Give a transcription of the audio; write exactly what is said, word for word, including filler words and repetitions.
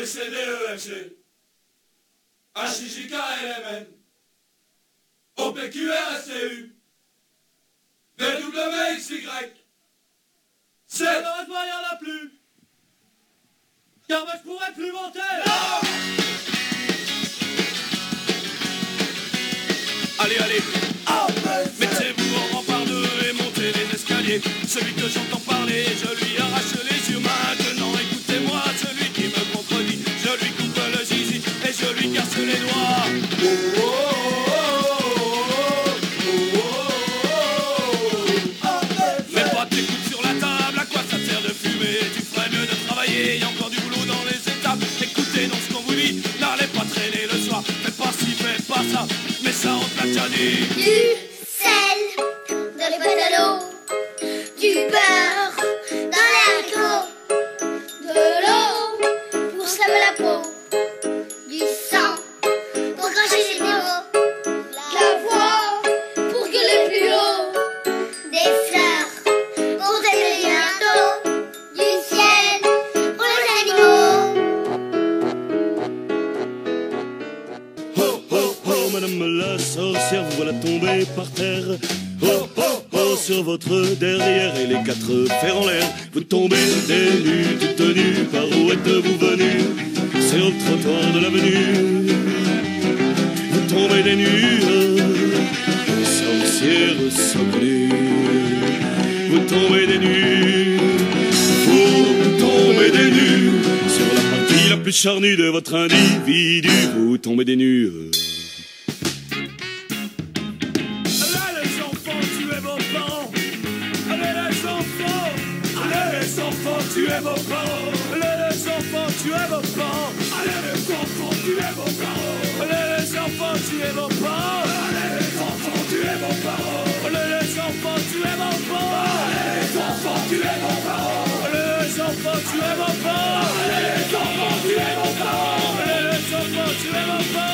C, D, E, F, G, H, I, J, K, L, M, N, O, P, Q, R, S, T, U, V, W, X, Y, Z. Malheureusement, il n'y en a plus. Car moi, je pourrais plus monter. Non! Allez, allez, mettez-vous en rang par deux et montez les escaliers. Celui que j'entends parler, je lui arrache les yeux maintenant. Écoutez-moi, celui qui me contredit, je lui coupe le zizi et je lui casse les doigts. Oh, oh, oh, oh, oh, oh. Mets pas tes coudes sur la table, à quoi ça sert de fumer? Tu ferais mieux de travailler, y a encore du boulot dans les étapes. Écoutez donc ce qu'on vous dit, n'allez pas traîner le soir. Fais pas ci, fais pas ça, mais ça on te l'a déjà dit. Du sel dans les boîtes à l'eau, du beurre dans les haricots, de l'eau pour se laver la peau, du sang pour cracher ses démons, de la voix pour gueuler plus haut, des fleurs pour t'aider bientôt, du ciel pour les animaux. Oh, oh, oh, madame la sorcière, vous voilà tombée par terre. Oh, oh, oh, sur votre derrière et les quatre fers en l'air. Vous tombez des nues, toutes nues, par où êtes-vous venus? Sur le trottoir de l'avenue. Vous tombez des nues, sorcière saugrenue. Vous tombez des nues, vous tombez des nues. Sur la partie la plus charnue de votre individu, vous tombez des nues. Tuez vos parents. Allez les enfants, tuez vos parents. Allez les enfants, tuez vos parents. Allez les enfants, tuez vos parents. Allez les enfants, tuez vos parents. Allez les enfants, tuez vos parents. Allez les enfants, tuez vos parents. Allez les enfants, tuez vos parents. Allez les enfants, tuez vos parents. Allez les enfants, tuez vos parents.